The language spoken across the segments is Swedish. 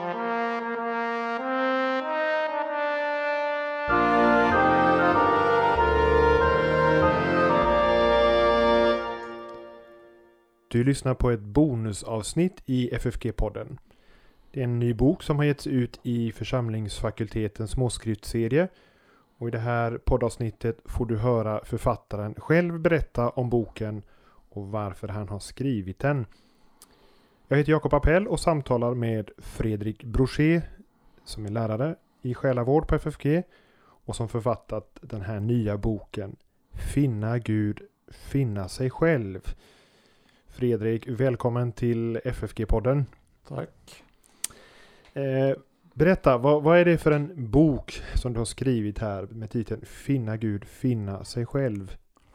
Du lyssnar på ett bonusavsnitt i FFG-podden. Det är en ny bok som har getts ut i församlingsfakultetens småskriftserie. Och i det här poddavsnittet får du höra författaren själv berätta om boken och varför han har skrivit den. Jag heter Jakob Appell och samtalar med Fredrik Brochet som är lärare i själavård på FFG och som författat den här nya boken Finna Gud, finna sig själv. Fredrik, välkommen till FFG-podden. Tack. Berätta, vad är det för en bok som du har skrivit här med titeln Finna Gud, finna sig själv?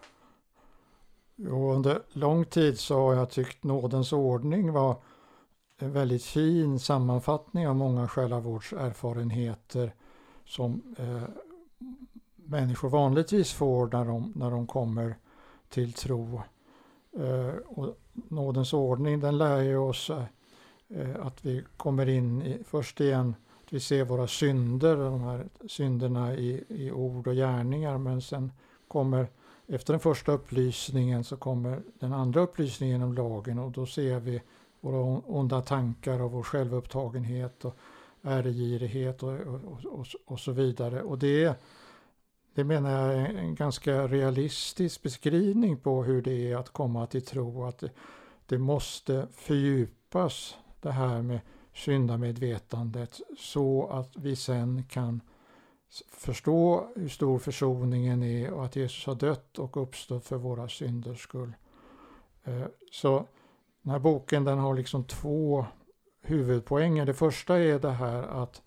Jo, under lång tid så har jag tyckt Nådens ordning var en väldigt fin sammanfattning av många själavårdserfarenheter som människor vanligtvis får när de kommer till tro. Och Nådens ordning, den lär ju oss att vi kommer in i, först igen, att vi ser våra synder, de här synderna i ord och gärningar, men sen kommer, efter den första upplysningen så kommer den andra upplysningen om lagen, och då ser vi våra onda tankar och vår självupptagenhet och äregirighet och så vidare. Och det menar jag är en ganska realistisk beskrivning på hur det är att komma till tro. Att det måste fördjupas, det här med syndamedvetandet, så att vi sen kan förstå hur stor försoningen är och att Jesus har dött och uppstått för våra synders skull. Så den här boken, den har liksom två huvudpoänger. Det första är det här att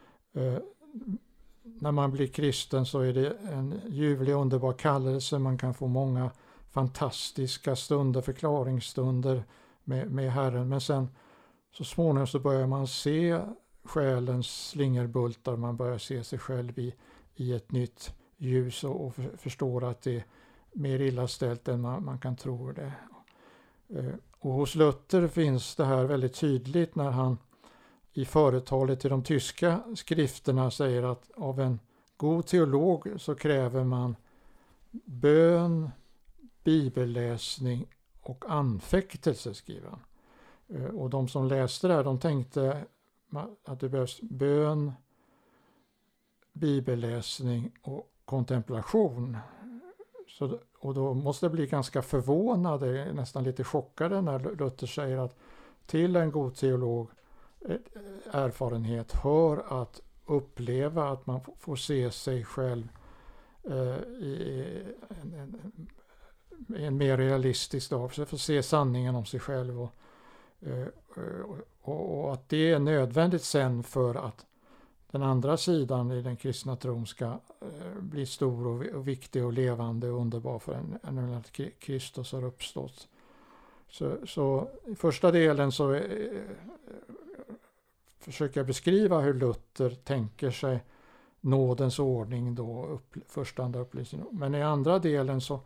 när man blir kristen så är det en ljuvlig, underbar kallelse. Man kan få många fantastiska stunder, förklaringsstunder med Herren. Men sen så småningom så börjar man se själens slingerbultar. Man börjar se sig själv i ett nytt ljus och förstår att det är mer illa ställt än man kan tro det. Och hos Luther finns det här väldigt tydligt när han i företalet till de tyska skrifterna säger att av en god teolog så kräver man bön, bibelläsning och anfäktelse, skriver han. Och de som läste det här, de tänkte att det behövs bön, bibelläsning och kontemplation. Och då måste det bli ganska förvånade, nästan lite chockade när Luther säger att till en god teolog erfarenhet hör att uppleva att man får se sig själv i en mer realistisk dag, så får se sanningen om sig själv och att det är nödvändigt sen för att den andra sidan i den kristna tron ska bli stor och viktig och levande och underbar för en att Kristus har uppstått. Så i första delen så försöker jag beskriva hur Luther tänker sig nådens ordning då, första andra upplysning. Men i andra delen så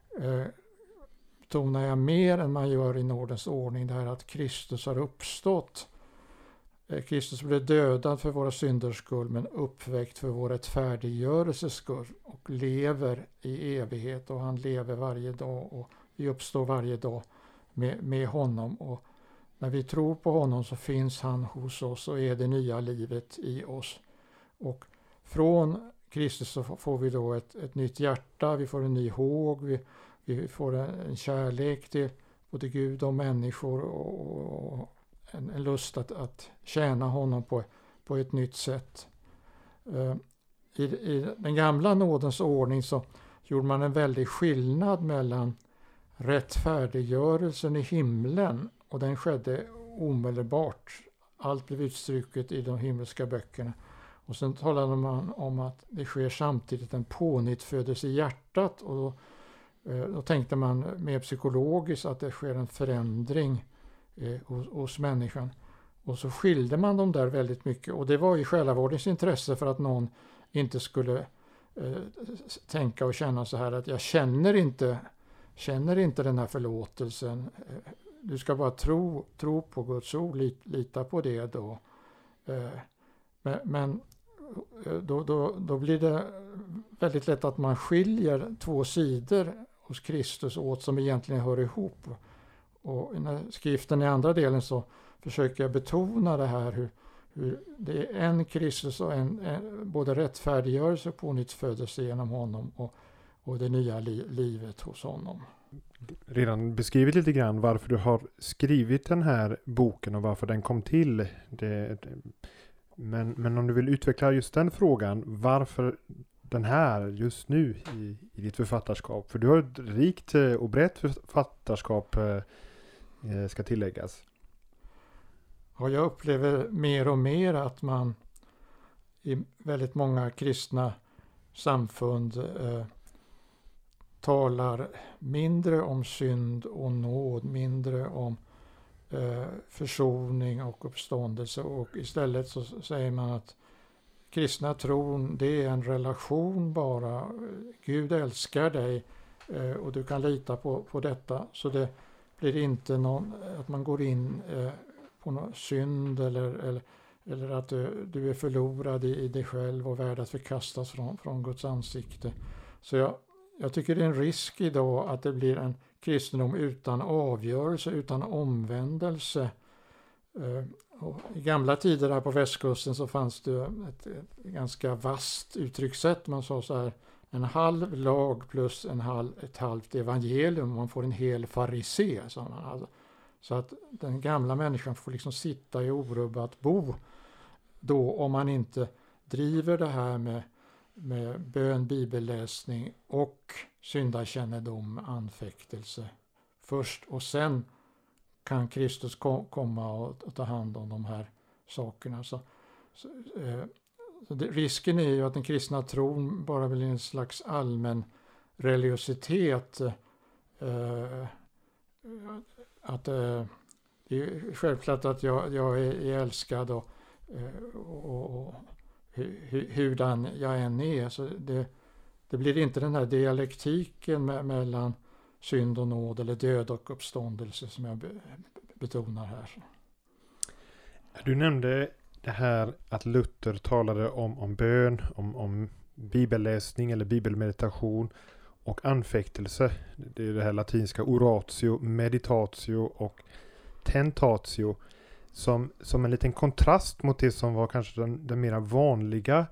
tonar jag mer än man gör i nådens ordning det här att Kristus har uppstått. Kristus blev dödad för våra synders skull men uppväckt för vår rättfärdiggörelses skull och lever i evighet, och han lever varje dag och vi uppstår varje dag med honom, och när vi tror på honom så finns han hos oss och är det nya livet i oss. Och från Kristus så får vi då ett nytt hjärta, vi får en ny håg, vi får en kärlek till både Gud och människor och en lust att tjäna honom på ett nytt sätt. I den gamla nådens ordning så gjorde man en väldig skillnad mellan rättfärdiggörelsen i himlen, och den skedde omedelbart. Allt blev utstruket i de himmelska böckerna. Och sen talade man om att det sker samtidigt en pånyttfödelse i hjärtat, och då tänkte man mer psykologiskt att det sker en förändring hos människan. Och så skilde man dem där väldigt mycket, och det var i själavårdens intresse för att någon inte skulle tänka och känna så här att jag känner inte den här förlåtelsen. Du ska bara tro på Guds ord, lita på det då. Men då blir det väldigt lätt att man skiljer två sidor hos Kristus åt som egentligen hör ihop. Och i skriften i andra delen så försöker jag betona det här hur det är en Kristus och både rättfärdiggörelse och pånyttfödelse genom honom och det nya livet hos honom. Redan beskrivit lite grann varför du har skrivit den här boken och varför den kom till. Men om du vill utveckla just den frågan, varför den här just nu i ditt författarskap? För du har ett rikt och brett författarskap, ska tilläggas. Ja, jag upplever mer och mer att man i väldigt många kristna samfund talar mindre om synd och nåd, mindre om försoning och uppståndelse, och istället så säger man att kristna tron, det är en relation bara. Gud älskar dig och du kan lita på detta, så det blir inte att man går in på någon synd eller att du är förlorad i dig själv och värd att förkastas från Guds ansikte. Så jag tycker det är en risk idag att det blir en kristendom utan avgörelse, utan omvändelse. Och i gamla tider här på västkusten så fanns det ett ganska vasst uttryckssätt. Man sa så här: en halv lag plus ett halvt evangelium. Man får en hel farisé. Så att den gamla människan får liksom sitta i orubbat bo då, om man inte driver det här med bön, bibelläsning och syndakännedom, anfäktelse först, och sen kan Kristus komma och ta hand om de här sakerna. Så risken är ju att den kristna tron bara blir en slags allmän religiositet. Att det är självklart att jag är älskad och hurdan jag än är. Så det blir inte den här dialektiken mellan synd och nåd eller död och uppståndelse som jag betonar här. Du nämnde det här att Luther talade om bön, om bibelläsning eller bibelmeditation och anfäktelse. Det är det här latinska oratio, meditatio och tentatio. Som en liten kontrast mot det som var kanske den mera vanliga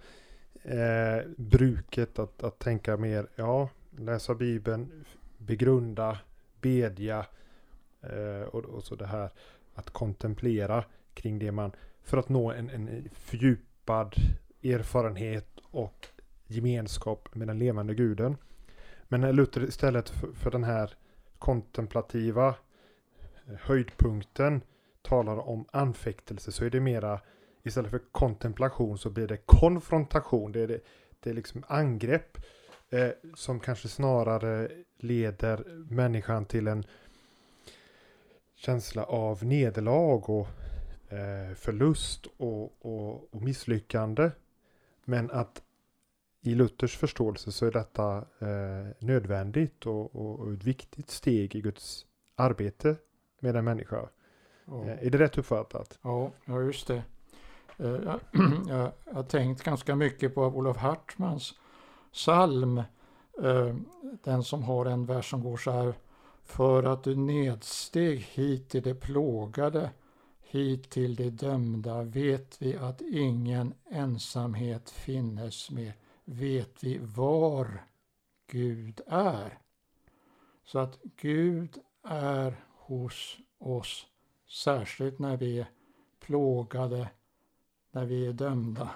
bruket att tänka mer, läsa Bibeln, begrunda, bedja och så det här att kontemplera kring det man, för att nå en fördjupad erfarenhet och gemenskap med den levande guden. Men när Luther istället för den här kontemplativa höjdpunkten talar om anfäktelse, så är det mera, istället för kontemplation så blir det konfrontation. Det är liksom angrepp som kanske snarare leder människan till en känsla av nederlag och förlust och misslyckande. Men att i Luthers förståelse så är detta nödvändigt och ett viktigt steg i Guds arbete med en människa. Ja. Är det rätt uppfattat? Ja, just det. Jag har tänkt ganska mycket på Olof Hartmans psalm. Den som har en vers som går så här: för att du nedsteg hit till det plågade, hit till det dömda, vet vi att ingen ensamhet finnes mer. Vet vi var Gud är. Så att Gud är hos oss, särskilt när vi är plågade, när vi är dömda.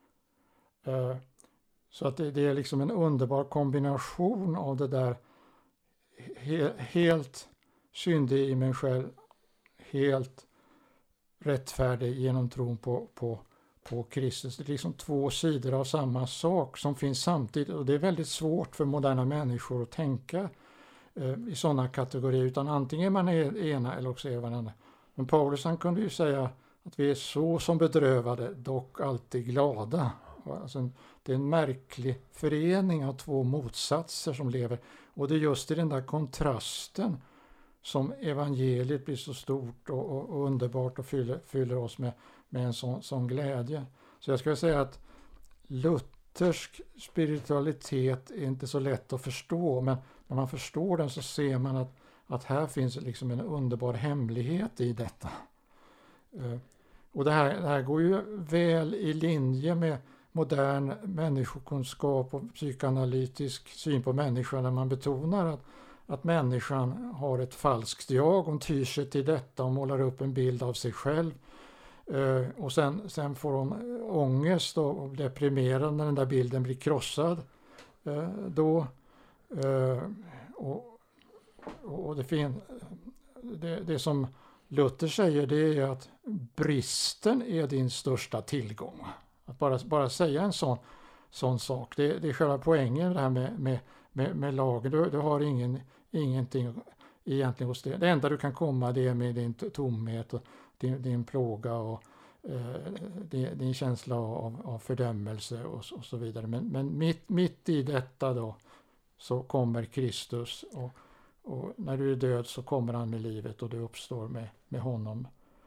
Så att det är liksom en underbar kombination av det där helt syndig i mig själv, helt rättfärdig genom tron på Kristus. Det är liksom två sidor av samma sak som finns samtidigt, och det är väldigt svårt för moderna människor att tänka i sådana kategorier, utan antingen man är ena eller också är man andra. Men Paulus, han kunde ju säga att vi är så som bedrövade, dock alltid glada. Alltså, det är en märklig förening av två motsatser som lever, och det är just i den där kontrasten som evangeliet blir så stort och underbart och fyller oss med en sån glädje. Så jag skulle säga att luthersk spiritualitet är inte så lätt att förstå, men när man förstår den så ser man att här finns liksom en underbar hemlighet i detta. Och det här går ju väl i linje med modern människokunskap och psykoanalytisk syn på människan, när man betonar att människan har ett falskt jag. Hon tyr sig till detta och målar upp en bild av sig själv. Och sen får hon ångest och blir deprimerad när den där bilden blir krossad. Och det som Luther säger, det är att bristen är din största tillgång. Att bara säga en sån sak, det är själva poängen det här med lagen. Du har ingenting egentligen hos det. Det enda du kan komma, det är med din tomhet och din plåga och din känsla av fördömelse och så vidare. Men mitt i detta då så kommer Kristus, och när du är död så kommer han med livet och du uppstår med honom.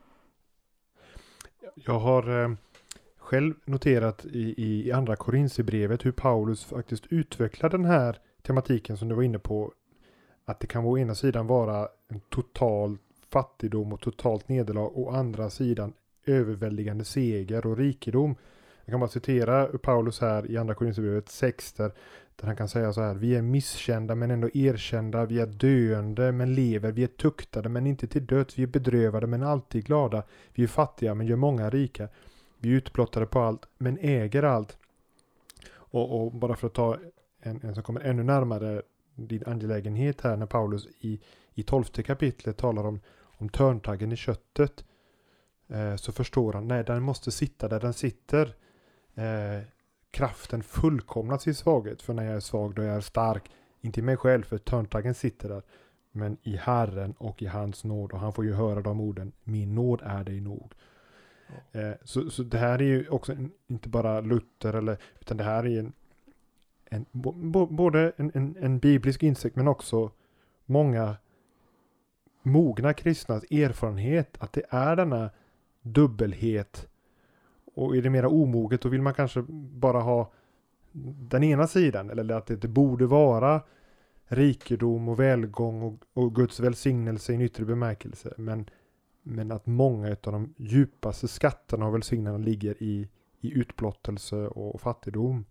Jag har själv noterat i andra Korinthierbrevet hur Paulus faktiskt utvecklar den här tematiken som du var inne på. Att det kan å ena sidan vara en total fattigdom och totalt nederlag, och å andra sidan överväldigande seger och rikedom. Jag kan bara citera Paulus här i andra Korinthierbrevet 6 där han kan säga så här: vi är misskända men ändå erkända, vi är döende men lever, vi är tuktade men inte till döds, vi är bedrövade men alltid glada, vi är fattiga men gör många rika, vi är utblottade på allt men äger allt. Och bara för att ta en som kommer ännu närmare din angelägenhet här, när Paulus i 12:e kapitlet talar om törntaggen i köttet, så förstår han, nej, den måste sitta där den sitter. Kraften fullkomnas i svaghet, för när jag är svag då jag är stark, inte i mig själv, för törntaggen sitter där, men i Herren och i hans nåd. Och han får ju höra de orden, min nåd är dig nog. Så det här är ju också inte bara Luther, utan det här är både en biblisk insikt, men också många mogna kristnas erfarenhet att det är denna dubbelhet. Och är det mera omoget, då vill man kanske bara ha den ena sidan, eller att det borde vara rikedom och välgång och Guds välsignelse i en yttre bemärkelse. Men att många av de djupaste skatterna och välsignelserna ligger i utblottelse och fattigdom.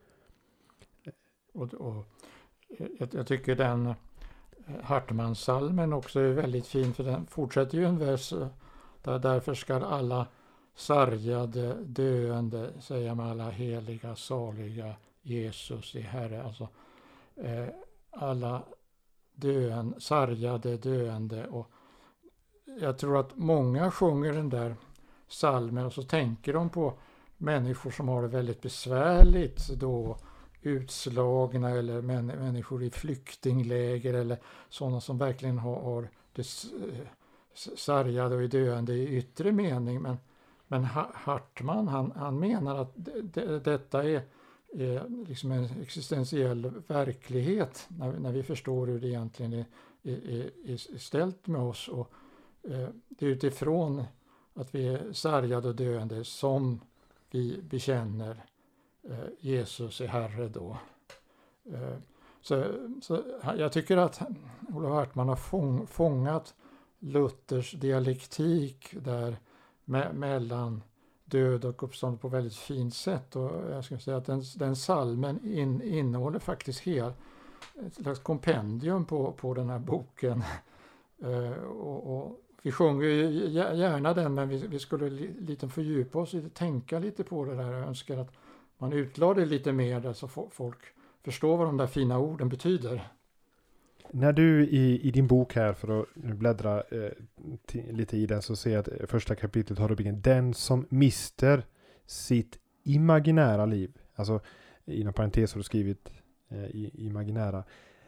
Och jag tycker den Hartman-salmen också är väldigt fin, för den fortsätter ju en vers där: därför ska alla sargade, döende säga med alla heliga, saliga, Jesus är Herre. Alltså alla sargade, döende. Och jag tror att många sjunger den där salmen och så tänker de på människor som har det väldigt besvärligt då, utslagna, eller människor i flyktingläger, eller sådana som verkligen har det sargade och är döende i yttre mening. Men Hartman han menar att detta är liksom en existentiell verklighet när vi förstår hur det egentligen är ställt med oss. Och det är utifrån att vi är sargade och döende som vi bekänner Jesus är Herre då. Så jag tycker att Olof Hartman har fångat Luthers dialektik där mellan död och uppstånd på väldigt fint sätt. Och jag skulle säga att den salmen innehåller faktiskt ett slags kompendium på den här boken. Och vi sjunger ju gärna den, men vi skulle lite fördjupa oss, tänka lite på det där. Jag önskar att man utlade lite mer där så folk förstår vad de där fina orden betyder. När du i din bok här, för att bläddra lite i den, så ser jag att första kapitlet har rubriken Den som mister sitt imaginära liv. Alltså inom parentes har du skrivit imaginära.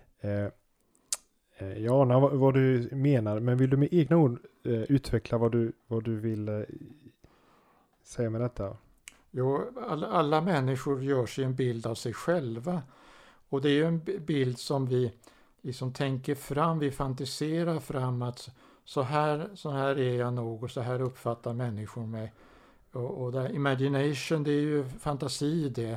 Jag anar vad du menar, men vill du med egna ord utveckla vad du vill säga med detta? Jo, alla människor gör sig en bild av sig själva. Och det är ju en bild som vi liksom tänker fram, vi fantiserar fram att så här är jag nog och så här uppfattar människor mig. Och där imagination, det är ju fantasi det.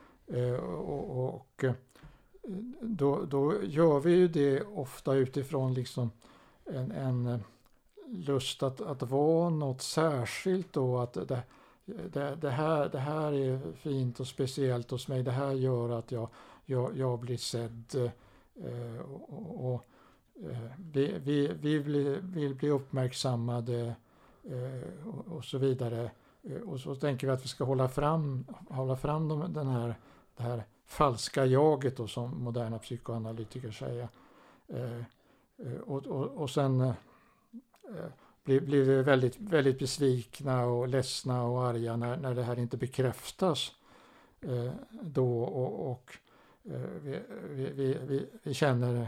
Och då gör vi ju det ofta utifrån liksom en lust att vara något särskilt då, att det här är fint och speciellt hos mig, det här gör att jag blir sedd, och vi vill bli uppmärksammade, och så vidare. Och så tänker vi att vi ska hålla fram det här falska jaget då, som moderna psykoanalytiker säger. Och sen blir vi väldigt, väldigt besvikna och ledsna och arga när det här inte bekräftas då, och vi känner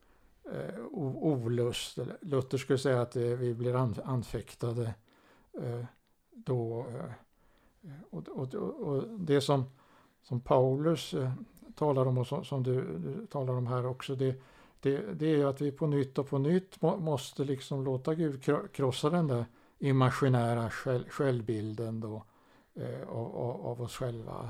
olust. Luther skulle säga att vi blir anfäktade då. Och det som Paulus talar om, och som du talar om här också, det är att vi på nytt och på nytt måste liksom låta Gud krossa den där imaginära självbilden då, av oss själva,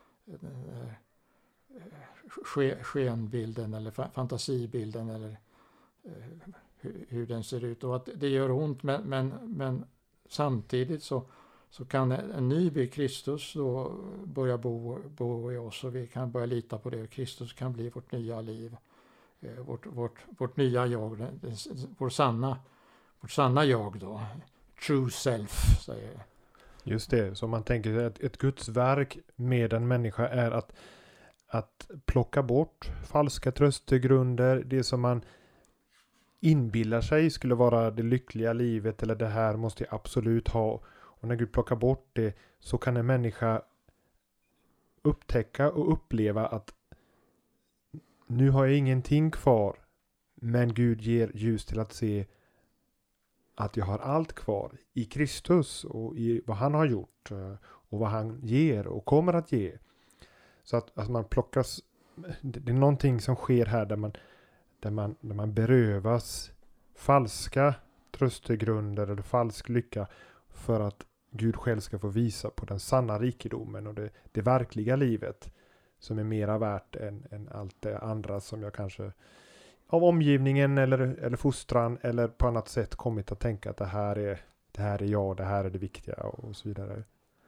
skenbilden eller fantasibilden, eller hur den ser ut, och att det gör ont, men samtidigt så kan en ny Kristus då börja bo i oss, och vi kan börja lita på det, och Kristus kan bli vårt nya liv, vårt nya jag, vårt sanna jag då, true self, säger jag. Just det, så man tänker att ett Guds verk med en människa är att plocka bort falska tröstegrunder, det som man inbillar sig skulle vara det lyckliga livet, eller det här måste jag absolut ha. Och när Gud plockar bort det, så kan en människa upptäcka och uppleva att nu har jag ingenting kvar, men Gud ger ljus till att se att jag har allt kvar i Kristus och i vad han har gjort och vad han ger och kommer att ge. Så att man plockas, det är någonting som sker här där man berövas falska tröstegrunder eller falsk lycka, för att Gud själv ska få visa på den sanna rikedomen och det verkliga livet, som är mera värt än allt det andra som jag kanske av omgivningen eller fostran eller på annat sätt kommit att tänka att det här är jag, det här är det viktiga och så vidare.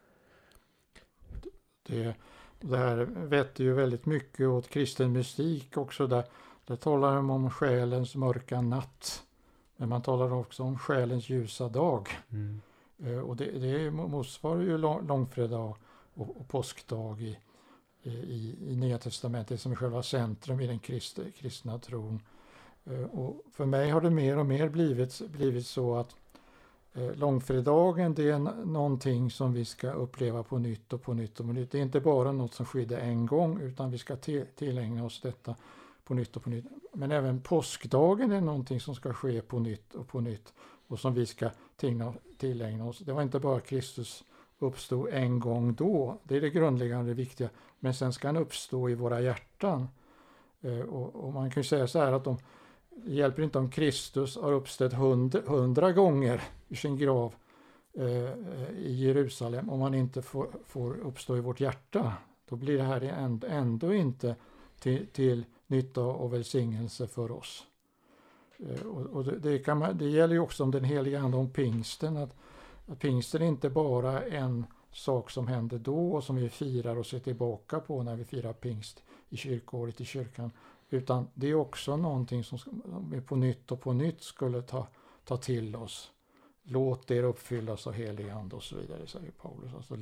Det här vetter ju väldigt mycket åt kristen mystik också. Där talar de om själens mörka natt, men man talar också om själens ljusa dag. Mm. Och det motsvarar ju långfredag och påskdag i Nya testamentet, som är själva centrum i den kristna tron. Och för mig har det mer och mer blivit så att långfredagen, det är någonting som vi ska uppleva på nytt och på nytt och på nytt. Det är inte bara något som skedde en gång, utan vi ska tillägna oss detta på nytt och på nytt. Men även påskdagen är någonting som ska ske på nytt och som vi ska tillägna oss. Det var inte bara Kristus uppstod en gång då, det är det grundläggande viktiga, men sen ska han uppstå i våra hjärtan. Och man kan ju säga så här att det hjälper inte om Kristus har uppstått 100 gånger i sin grav i Jerusalem, om han inte får uppstå i vårt hjärta. Då blir det här ändå inte till nytta och välsignelse för oss. Och det gäller ju också om den heliga ande, om pingsten, att pingsten är inte bara en sak som händer då och som vi firar och ser tillbaka på när vi firar pingst i kyrkoåret i kyrkan, utan det är också någonting som vi på nytt och på nytt skulle ta till oss. Låt er uppfyllas av helig ande och så vidare, säger Paulus. Alltså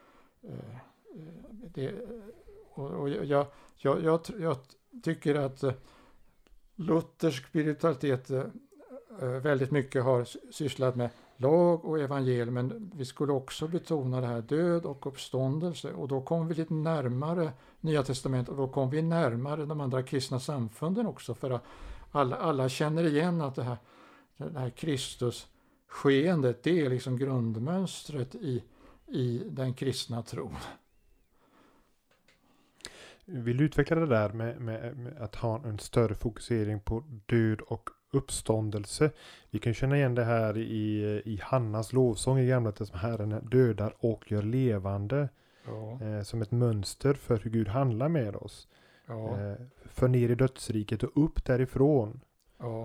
jag tycker att Luthers spiritualitet väldigt mycket har sysslat med lag och evangelium, men vi skulle också betona det här död och uppståndelse, och då kommer vi lite närmare Nya testamentet, och då kommer vi närmare de andra kristna samfunden också, för att alla känner igen att det här Kristus-skeendet, det är liksom grundmönstret i den kristna tron. Vill du utveckla det där med att ha en större fokusering på död och uppståndelse? Vi kan känna igen det här i Hannas lovsång i Gamla testamentet. Herren dödar och gör levande. Ja. Som ett mönster för hur Gud handlar med oss. Ja. För ner i dödsriket och upp därifrån. Ja.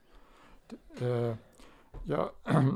Ja.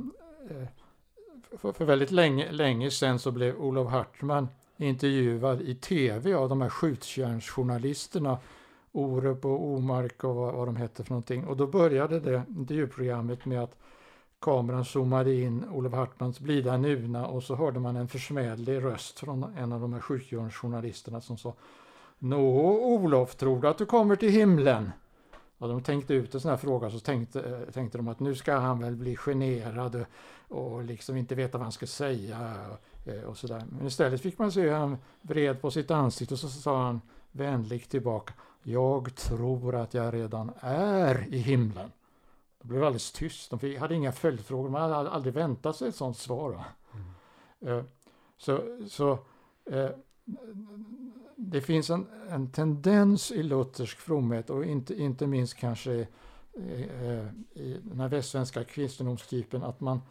För väldigt länge sedan så blev Olof Hartman intervjuad i tv av de här skjutjärnsjournalisterna Orup och Omark och vad de hette för någonting. Och då började det intervjuprogrammet med att kameran zoomade in Olof Hartmans blida nuna och så hörde man en försmädlig röst från en av de här skjutjärnsjournalisterna som sa: Nå Olof, tror du att du kommer till himlen? Och de tänkte ut en sån här fråga, så tänkte de att nu ska han väl bli generad och liksom inte veta vad han ska säga och sådär. Men istället fick man se han vred på sitt ansikte och så sa han vänligt tillbaka: jag tror att jag redan är i himlen. Det blev alldeles tyst. De hade inga följdfrågor. Man hade aldrig väntat sig ett sånt svar. Det finns en tendens i luthersk fromhet och inte minst kanske i den här västsvenska kristendomstypen att man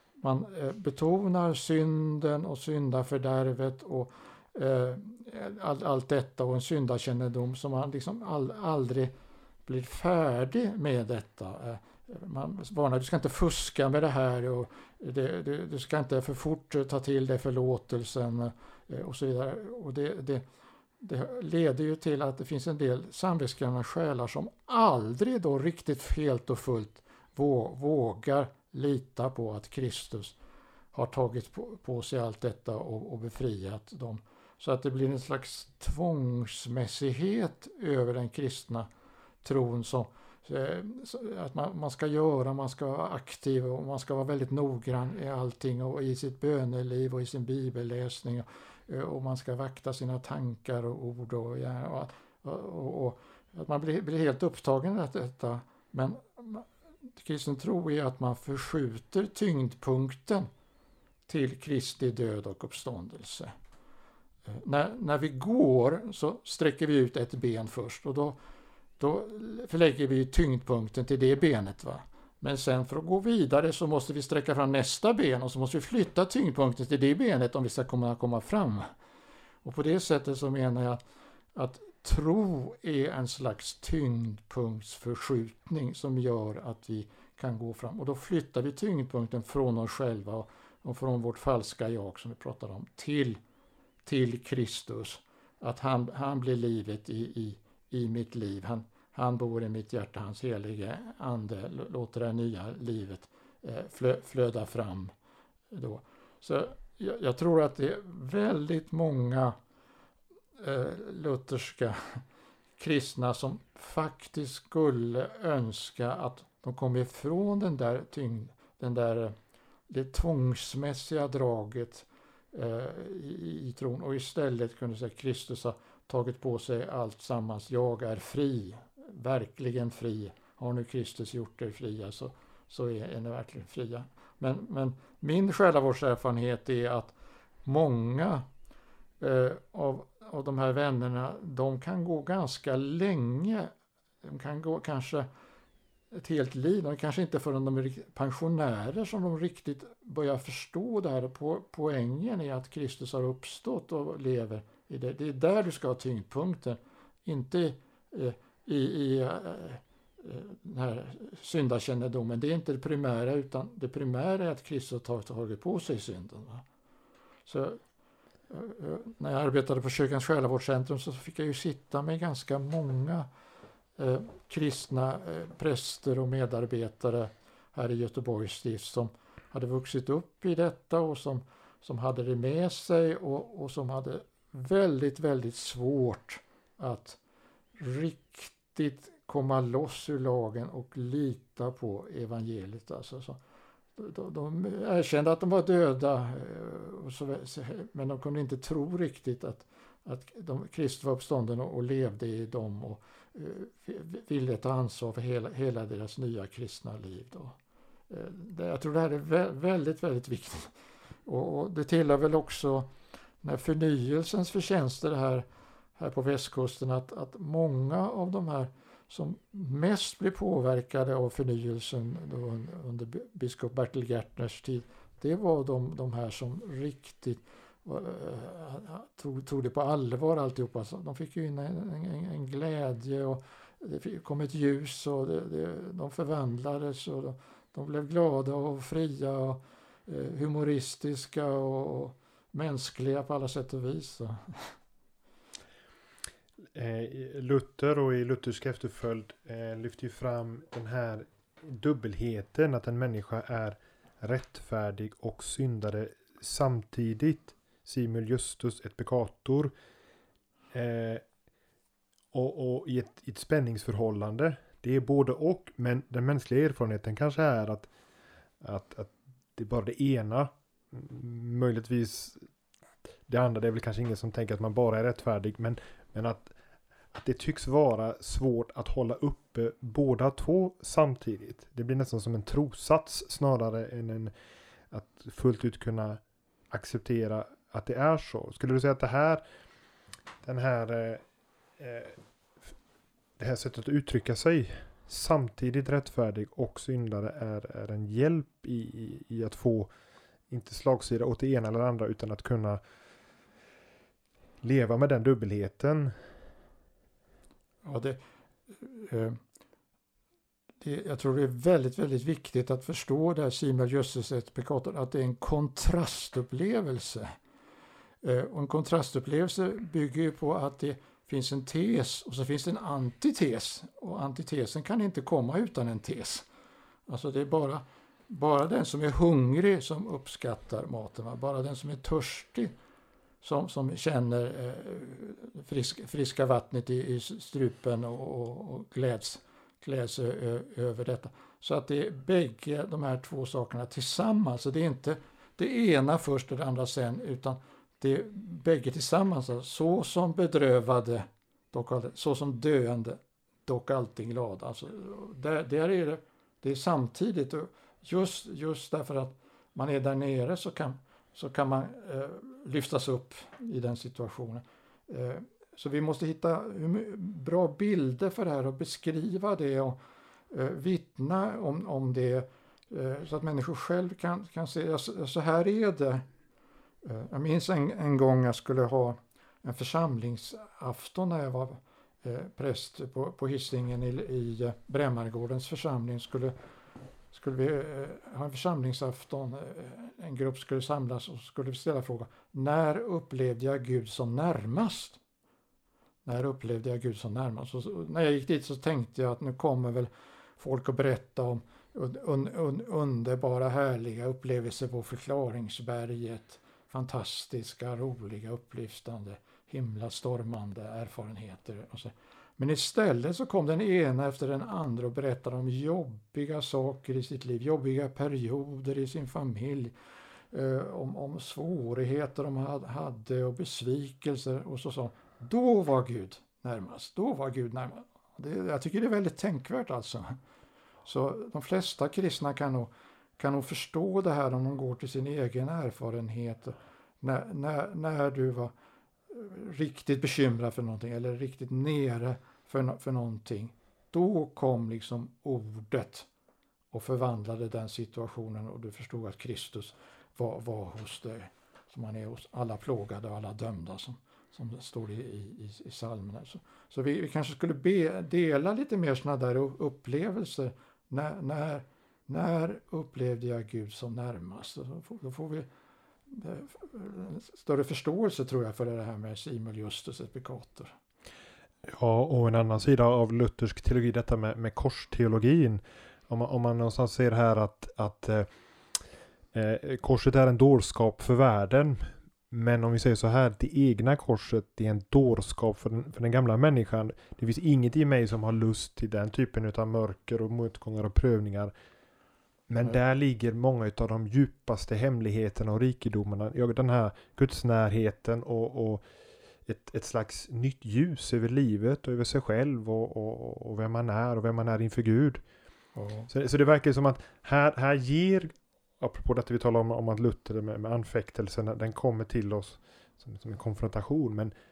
betonar synden och syndafördärvet och allt detta och en syndakännedom som man liksom aldrig blir färdig med detta. Man varnar, du ska inte fuska med det här och du ska inte för fort ta till dig förlåtelsen och så vidare. Och det leder ju till att det finns en del samvetsgranna själar som aldrig då riktigt helt och fullt vågar lita på att Kristus har tagit på sig allt detta och befriat dem. Så att det blir en slags tvångsmässighet över den kristna tron som att man ska vara aktiv och man ska vara väldigt noggrann i allting och i sitt böneliv och i sin bibelläsning och man ska vakta sina tankar och ord och att man blir helt upptagen av detta. Men kristen tro är att man förskjuter tyngdpunkten till Kristi död och uppståndelse. När vi går så sträcker vi ut ett ben först och då förlägger vi tyngdpunkten till det benet. Va? Men sen för att gå vidare så måste vi sträcka fram nästa ben och så måste vi flytta tyngdpunkten till det benet om vi ska komma fram. Och på det sättet så menar jag att tro är en slags tyngdpunktsförskjutning som gör att vi kan gå fram. Och då flyttar vi tyngdpunkten från oss själva och från vårt falska jag som vi pratade om till Kristus. Att han blir livet i mitt liv. Han bor i mitt hjärta, hans helige ande låter det nya livet flöda fram. Då. Så jag tror att det är väldigt många lutherska kristna som faktiskt skulle önska att de kom ifrån det tvångsmässiga draget i tron och istället kunde säga att Kristus har tagit på sig allt sammans. Jag är fri, verkligen fri. Har nu Kristus gjort er fria så är ni verkligen fria. Men min själavårdserfarenhet är att många av de här vännerna, de kan gå ganska länge. De kan gå kanske ett helt liv. De kanske inte förrän de är pensionärer som de riktigt börjar förstå det här. Poängen är att Kristus har uppstått och lever i det. Det är där du ska ha tyngdpunkten. Inte i den här syndakännedomen. Det är inte det primära utan det primära är att Kristus har tagit på sig synden. Va? Så när jag arbetade på Kyrkans själavårdscentrum så fick jag ju sitta med ganska många kristna präster och medarbetare här i Göteborgs stift som hade vuxit upp i detta och som hade det med sig och som hade väldigt, väldigt svårt att riktigt komma loss ur lagen och lita på evangeliet. Alltså, de erkände att de var döda men de kunde inte tro riktigt att Kristus var uppstånden och levde i dem och ville ta ansvar för hela deras nya kristna liv. Då. Jag tror det här är väldigt, väldigt viktigt. Och det tillhör väl också när förnyelsens förtjänster här på västkusten att många av de här som mest blev påverkade av förnyelsen då under biskop Bertil Gärtners tid, det var de här som riktigt tog det på allvar alltihopa. Så de fick ju in en glädje och det kom ett ljus och de förvandlades och de blev glada och fria och humoristiska och mänskliga på alla sätt och vis. Luther och i luthersk efterföljd lyfter ju fram den här dubbelheten, att en människa är rättfärdig och syndare samtidigt. Simul justus et peccator. Och i ett spänningsförhållande. Det är både och, men den mänskliga erfarenheten kanske är att det är bara det ena. Möjligtvis det andra, det är väl kanske ingen som tänker att man bara är rättfärdig, men att det tycks vara svårt att hålla uppe båda två samtidigt. Det blir nästan som en trossats snarare än att fullt ut kunna acceptera att det är så. Skulle du säga att det här sättet att uttrycka sig, samtidigt rättfärdig och syndare, är en hjälp i att få inte slagsida åt det ena eller andra, utan att kunna leva med den dubbelheten? Ja, jag tror det är väldigt, väldigt viktigt att förstå det här Simul justus et peccator, att det är en kontrastupplevelse. Och en kontrastupplevelse bygger ju på att det finns en tes och så finns det en antites. Och antitesen kan inte komma utan en tes. Alltså det är bara den som är hungrig som uppskattar maten. Va? Bara den som är törstig som känner friska vattnet i strupen och gläds över detta. Så att det är bägge de här två sakerna tillsammans. Så det är inte det ena först och det andra sen, utan det är bägge tillsammans. Så som bedrövade, så som döende, dock allting glada. Alltså, där är det är samtidigt. Och just därför att man är där nere så kan man lyftas upp i den situationen. Så vi måste hitta bra bilder för det här och beskriva det och vittna om det så att människor själv kan se, så här är det. Jag minns en gång jag skulle ha en församlingsafton när jag var präst på Hisingen i Brämmargårdens församling. Skulle vi ha en församlingsafton, en grupp skulle samlas och skulle vi ställa frågan: när upplevde jag Gud som närmast? När upplevde jag Gud som närmast? Och när jag gick dit så tänkte jag att nu kommer väl folk att berätta om underbara, härliga upplevelser på förklaringsberget. Fantastiska, roliga, upplyftande, himlastormande erfarenheter. Och så. Men istället så kom den ena efter den andra och berättade om jobbiga saker i sitt liv, jobbiga perioder i sin familj, om svårigheter de hade och besvikelser och så. Då var Gud närmast. Jag tycker det är väldigt tänkvärt alltså. Så de flesta kristna kan nog förstå det här om de går till sin egen erfarenhet. När du var riktigt bekymrad för någonting eller riktigt nere för någonting, då kom liksom ordet och förvandlade den situationen och du förstod att Kristus var hos dig, som han är hos alla plågade och alla dömda som det står i psalmerna. Så vi kanske skulle dela lite mer sådana där upplevelser. När upplevde jag Gud som närmast? Då får vi större förståelse, tror jag, för det här med Simul justus et peccator. Ja, och en annan sida av luthersk teologi, detta med korsteologin. Om man någonstans ser här att korset är en dårskap för världen. Men om vi säger så här, det egna korset, det är en dårskap för den gamla människan. Det finns inget i mig som har lust till den typen av mörker och motgångar och prövningar. Men där ligger många av de djupaste hemligheterna och rikedomarna. Den här gudsnärheten och ett slags nytt ljus över livet och över sig själv och vem man är och vem man är inför Gud. Så det verkar som att här ger, apropå det vi talar om att Luther med anfäktelsen, den kommer till oss som en konfrontation.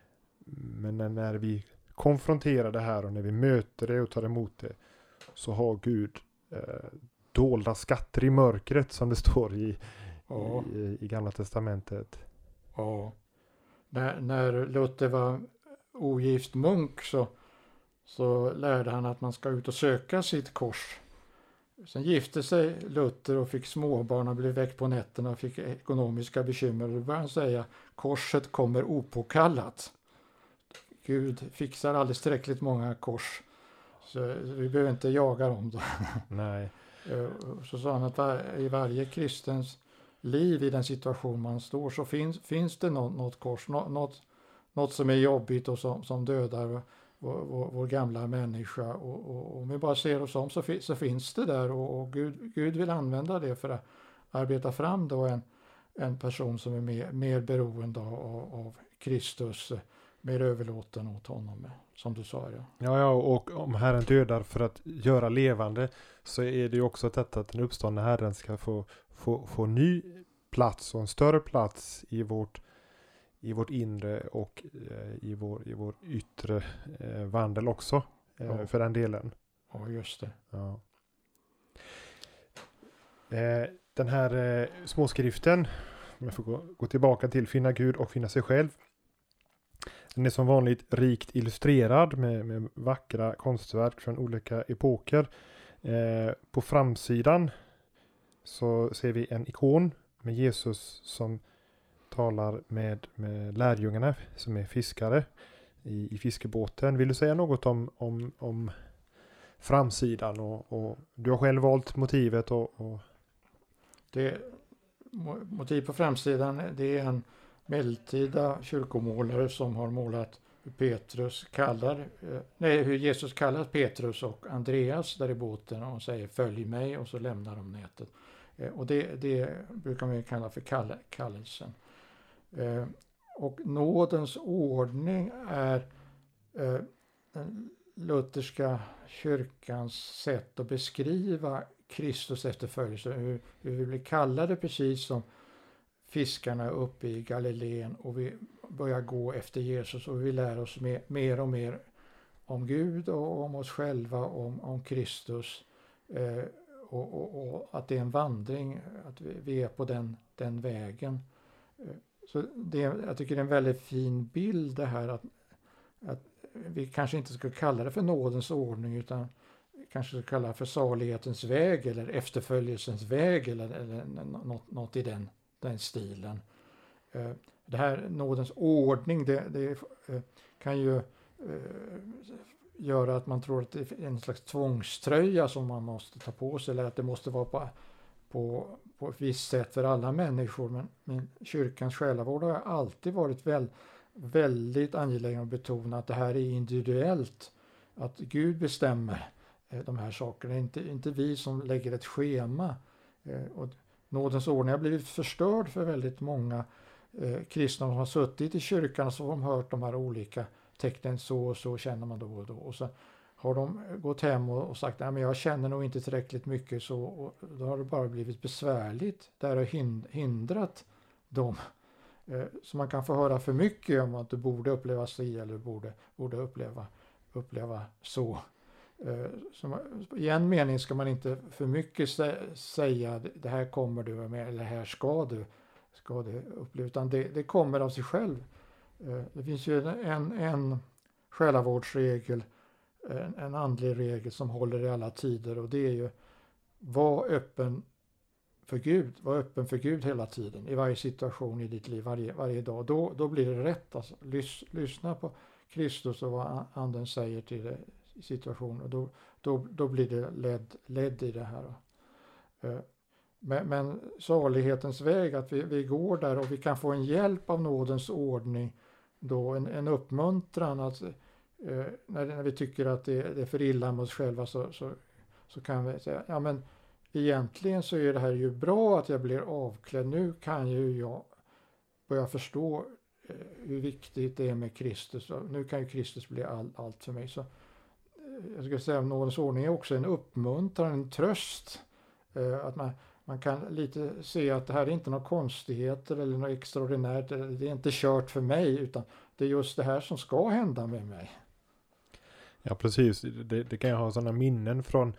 Men när vi konfronterar det här och när vi möter det och tar emot det, så har Gud dolda skatter i mörkret, som det står i Gamla testamentet. Ja. När Luther var ogift munk så lärde han att man ska ut och söka sitt kors. Sen gifte sig Luther och fick småbarn och blev väckt på nätterna och fick ekonomiska bekymmer. Då började han säga: korset kommer opåkallat. Gud fixar alldeles tillräckligt många kors, så vi behöver inte jaga dem då. Nej. Så sa han att i varje kristens liv, i den situation man står, så finns det något kors, något som är jobbigt och som dödar vår gamla människa, och om vi bara ser oss om så finns det där, och Gud vill använda det för att arbeta fram då en person som är mer beroende av Kristus, mer överlåten åt honom, som du sa. Ja, och om Herren dödar för att göra levande, så är det ju också detta att den uppståndne Herren ska få ny plats och en större plats i vårt inre och i vår yttre vandel också, för den delen. Ja, just det. Ja. Den här småskriften, om jag får gå tillbaka till Finna Gud och finna sig själv. Den är som vanligt rikt illustrerad med vackra konstverk från olika epoker. På framsidan så ser vi en ikon med Jesus som talar med lärjungarna som är fiskare i fiskebåten. Vill du säga något om framsidan? Och du har själv valt motivet. Motiv på framsidan, det är en medeltida kyrkomålare som har målat hur Jesus kallar Petrus och Andreas där i båten och säger: följ mig, och så lämnar de nätet. Och det brukar man kalla för kallelsen. Och nådens ordning är den lutherska kyrkans sätt att beskriva Kristus efterföljelse. Hur vi blir kallade precis som fiskarna uppe i Galileen, och vi börjar gå efter Jesus, och vi lär oss mer och mer om Gud och om oss själva, om Kristus, och att det är en vandring, att vi är på den vägen. Så jag tycker det är en väldigt fin bild det här, att vi kanske inte ska kalla det för nådens ordning, utan kanske ska kalla det för salighetens väg eller efterföljelsens väg eller något i den stilen. Det här nådens ordning, det kan ju göra att man tror att det är en slags tvångströja som man måste ta på sig, eller att det måste vara på ett visst sätt för alla människor. Men kyrkans själavård har alltid varit väldigt angelägen att betona att det här är individuellt, att Gud bestämmer de här sakerna, inte vi som lägger ett schema. Och nådens ordning har blivit förstörd för väldigt många kristna som har suttit i kyrkan, så har de hört de här olika tecknen, så och så känner man då och då, och så har de gått hem och sagt: nej, men jag känner nog inte tillräckligt mycket, så, och då har det bara blivit besvärligt. Det har hindrat dem. Så man kan få höra för mycket om att du borde uppleva sig eller borde uppleva så. I en mening ska man inte för mycket säga: det här kommer du med, eller här ska du uppleva, utan det kommer av sig själv. Det finns ju en själavårdsregel, en andlig regel som håller i alla tider, och det är ju: var öppen för Gud hela tiden, i varje situation i ditt liv, varje dag. Då blir det rätt. Alltså, lyssna på Kristus och vad anden säger till dig i situationen, och då blir det ledd i det här. Men salighetens väg, att vi går där och vi kan få en hjälp av nådens ordning, då en uppmuntran att när vi tycker att det är för illa med oss själva, så kan vi säga: ja, men egentligen så är det här ju bra att jag blir avklädd. Nu kan ju jag börja förstå hur viktigt det är med Kristus, och nu kan ju Kristus bli allt för mig. Så jag skulle säga att nådens ordning är också en uppmuntran, en tröst, att man kan lite se att det här är inte några konstigheter eller något extraordinärt, det är inte kört för mig, utan det är just det här som ska hända med mig. Ja, precis. Det kan jag ha sådana minnen från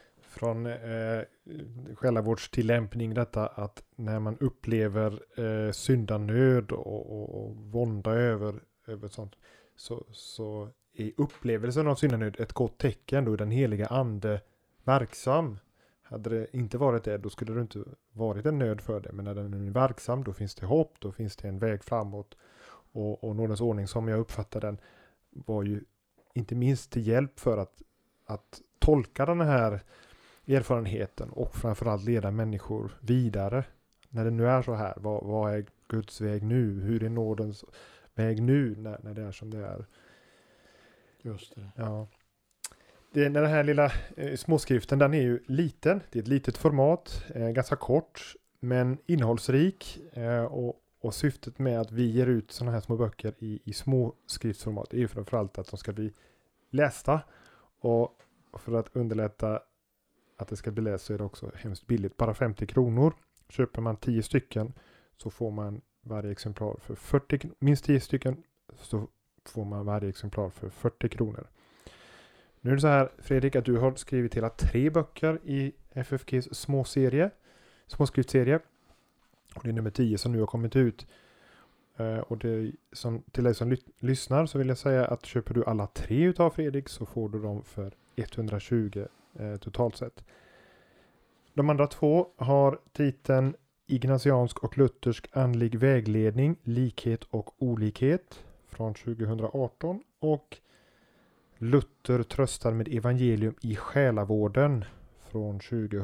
själavårdstillämpning, detta att när man upplever syndanöd och vånda över sånt, så är upplevelsen av syndanöd ett gott tecken. Då är den heliga ande verksam. Hade det inte varit det, då skulle det inte varit en nöd för det. Men när den är verksam, då finns det hopp, då finns det en väg framåt. Och nådens ordning, som jag uppfattar den, var ju inte minst till hjälp för att tolka den här erfarenheten och framförallt leda människor vidare. När det nu är så här, vad är Guds väg nu? Hur är nådens väg nu när det är som det är? Just det. Ja. Den här lilla småskriften, den är ju liten. Det är ett litet format, ganska kort men innehållsrik. Och syftet med att vi ger ut sådana här små böcker i små skriftformat är ju framförallt att de ska bli lästa. Och för att underlätta att det ska bli läst så är det också hemskt billigt. Bara 50 kronor. Köper man 10 stycken så får man varje exemplar för minst 10 stycken så får man varje exemplar för 40 kronor. Nu är det så här, Fredrik, att du har skrivit hela 3 böcker i FFGs småskriftserie. Och det är nummer 10 som nu har kommit ut. Och till dig som lyssnar så vill jag säga att köper du alla 3 utav Fredrik så får du dem för 120 totalt sett. De andra 2 har titeln Ignatiansk och luthersk andlig vägledning, likhet och olikhet från 2018 och Luther tröstar med evangelium i själavården från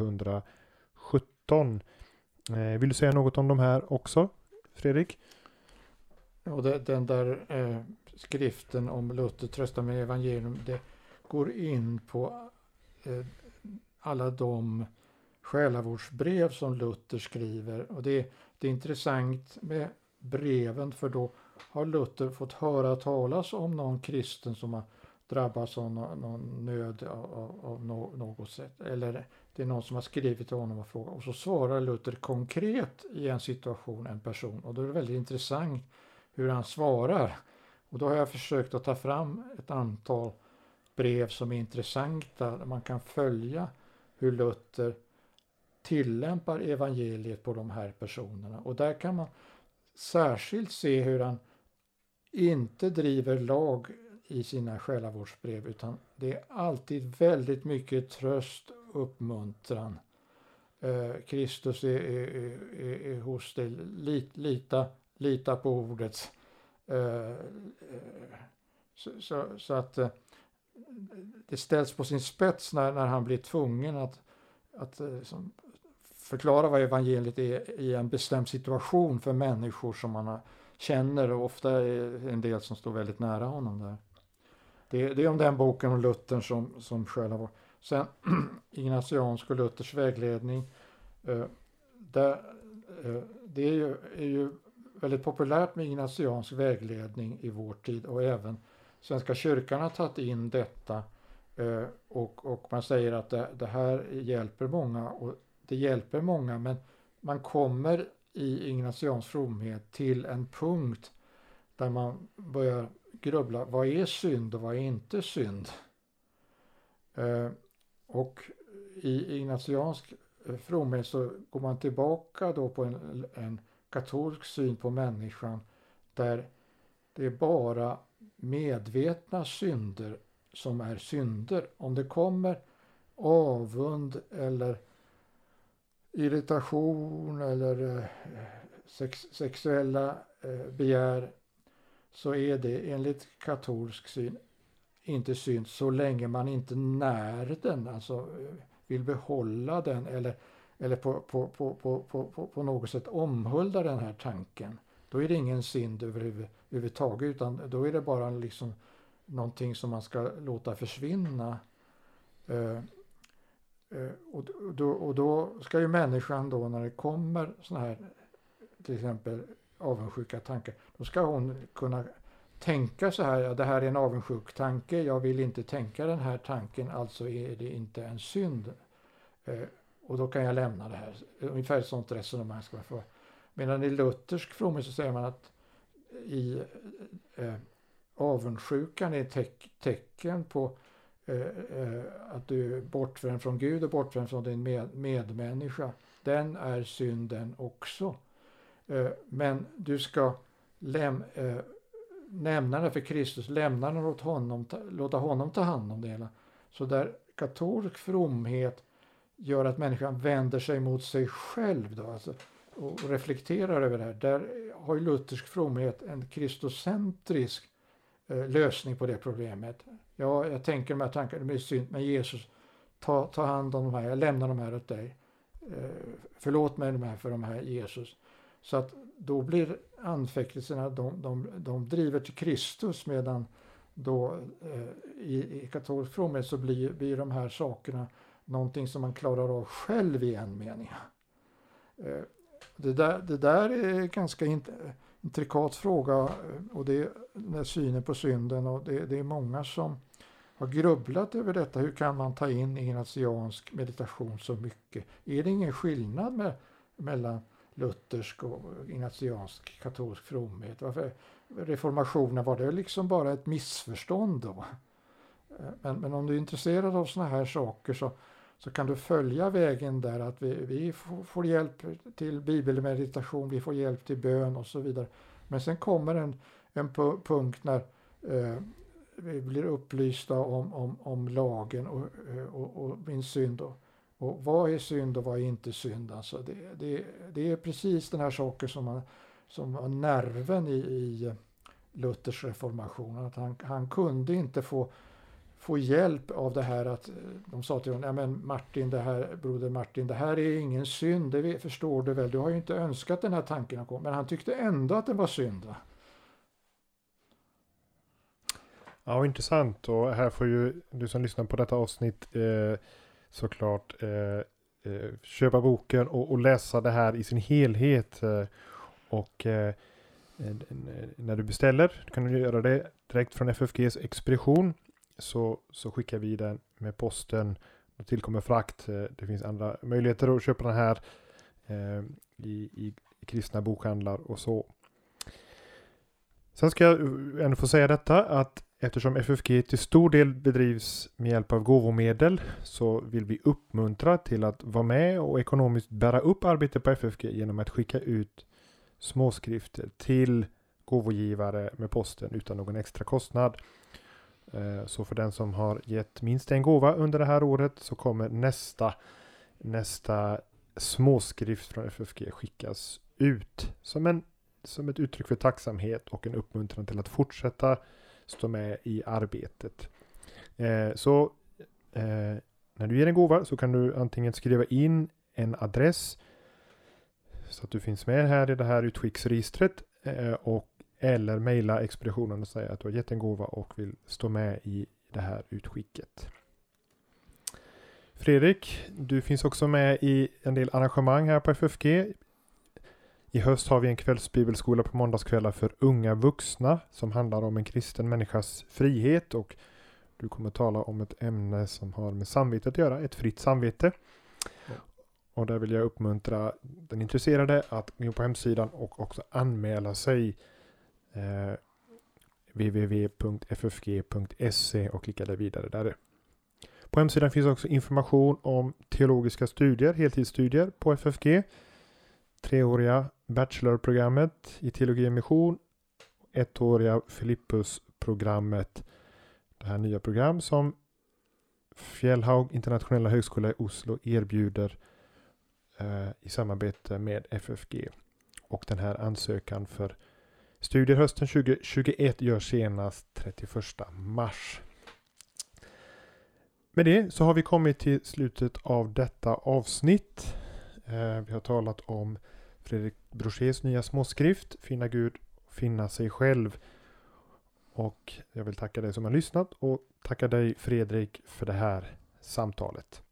2017. Vill du säga något om de här också, Fredrik? Och den där skriften om Luther tröstar med evangelium, det går in på alla de själavårdsbrev som Luther skriver. Och det är intressant med breven, för då har Luther fått höra talas om någon kristen som har drabbats av någon nöd av något sätt. Eller det är någon som har skrivit till honom och frågat. Och så svarar Luther konkret i en situation, en person. Och då är det väldigt intressant hur han svarar. Och då har jag försökt att ta fram ett antal brev som är intressanta. Där man kan följa hur Luther tillämpar evangeliet på de här personerna. Och där kan man särskilt se hur han inte driver lag i sina själavårdsbrev, utan det är alltid väldigt mycket tröst, uppmuntran. Kristus är hos dig, lita på ordet. Så att det ställs på sin spets när han blir tvungen att förklara vad evangeliet är i en bestämd situation för människor som man känner, och ofta är en del som står väldigt nära honom där. Det är om den boken om Luther som själva. Sen Ignatiansk och Luthers vägledning. Det är ju väldigt populärt med Ignatiansk vägledning i vår tid, och även Svenska kyrkan har tagit in detta, och man säger att det här hjälper många, och det hjälper många, men man kommer i Ignatians fromhet till en punkt där man börjar grubbla, vad är synd och vad är inte synd? Och i Ignatiansk fromhet så går man tillbaka då på en katolsk syn på människan, där det är bara medvetna synder som är synder. Om det kommer avund eller irritation eller sexuella begär, så är det enligt katolsk syn inte synd så länge man inte när den, alltså vill behålla den eller på något sätt omhulda den här tanken. Då är det ingen synd överhuvudtaget, utan då är det bara liksom någonting som man ska låta försvinna. Och då ska ju människan då, när det kommer såna här till exempel avundsjuka tankar, då ska hon kunna tänka så här: ja, det här är en avundsjuk tanke, jag vill inte tänka den här tanken, alltså är det inte en synd, och då kan jag lämna det här. Ungefär ett sånt resonemang ska man få. Medan i luthersk fromhet så säger man att avundsjukan är tecken på att du är bortvänd från Gud och bortvänd från din medmänniska. Den är synden också. Men du ska nämna det för Kristus, lämna den åt honom, låta honom ta hand om det hela. Så där katolsk fromhet gör att människan vänder sig mot sig själv då, alltså, och reflekterar över det här. Där har ju luthersk fromhet en kristocentrisk lösning på det problemet. Ja, jag tänker de här tankarna, det är synd, men Jesus, ta hand om de här, jag lämnar de här åt dig. Förlåt mig för de här, Jesus. Så att då blir anfäktelserna, de driver till Kristus, medan då i katolsk fromhet så blir de här sakerna någonting som man klarar av själv i en mening. Det där är ganska intrikat fråga, och det är den här synen på synden, och det är många som har grubblat över detta. Hur kan man ta in ignatiansk meditation så mycket? Är det ingen skillnad mellan luthersk och ignatiansk katolsk fromhet? Varför reformationen, var det liksom bara ett missförstånd då? Men om du är intresserad av såna här saker så kan du följa vägen där, att vi får hjälp till bibelmeditation, vi får hjälp till bön och så vidare. Men sen kommer en punkt när vi blir upplysta om lagen och min synd. Och vad är synd och vad är inte synd? Alltså det är precis den här saken som var nerven i Luthers reformation. Att han kunde inte få hjälp av det här, att de sa till honom, ja men Martin, broder Martin, det här är ingen synd, det förstår du väl, du har ju inte önskat den här tanken, men han tyckte ändå att det var synd. Ja, intressant, och här får ju du som lyssnar på detta avsnitt såklart köpa boken och läsa det här i sin helhet, och när du beställer kan du göra det direkt från FFGs expedition. Så skickar vi den med posten. Det tillkommer frakt. Det finns andra möjligheter att köpa den här i kristna bokhandlar och så. Sen ska jag ändå få säga detta, att eftersom FFG till stor del bedrivs med hjälp av gåvomedel, så vill vi uppmuntra till att vara med och ekonomiskt bära upp arbetet på FFG genom att skicka ut småskrifter till gåvogivare med posten utan någon extra kostnad. Så för den som har gett minst en gåva under det här året, så kommer nästa småskrift från FFG skickas ut som ett uttryck för tacksamhet och en uppmuntran till att fortsätta stå med i arbetet. Så när du ger en gåva så kan du antingen skriva in en adress så att du finns med här i det här utskicksregistret, eller mejla expeditionen och säga att du har gett en gåva och vill stå med i det här utskicket. Fredrik, du finns också med i en del arrangemang här på FFG. I höst har vi en kvällsbibelskola på måndagskvällar för unga vuxna som handlar om en kristen människas frihet, och du kommer tala om ett ämne som har med samvetet att göra, ett fritt samvete. Ja. Och där vill jag uppmuntra den intresserade att gå på hemsidan och också anmäla sig, www.ffg.se, och klicka där vidare där. På hemsidan finns också information om teologiska studier, heltidsstudier på FFG, 3-åriga bachelorprogrammet i teologi och mission, 1-åriga Filippus-programmet, det här nya program som Fjällhaug internationella högskola i Oslo erbjuder i samarbete med FFG. Och den här ansökan för studier hösten 2021 görs senast 31 mars. Med det så har vi kommit till slutet av detta avsnitt. Vi har talat om Fredrik Brochés nya småskrift, Finna Gud, finna sig själv. Och jag vill tacka dig som har lyssnat, och tacka dig Fredrik för det här samtalet.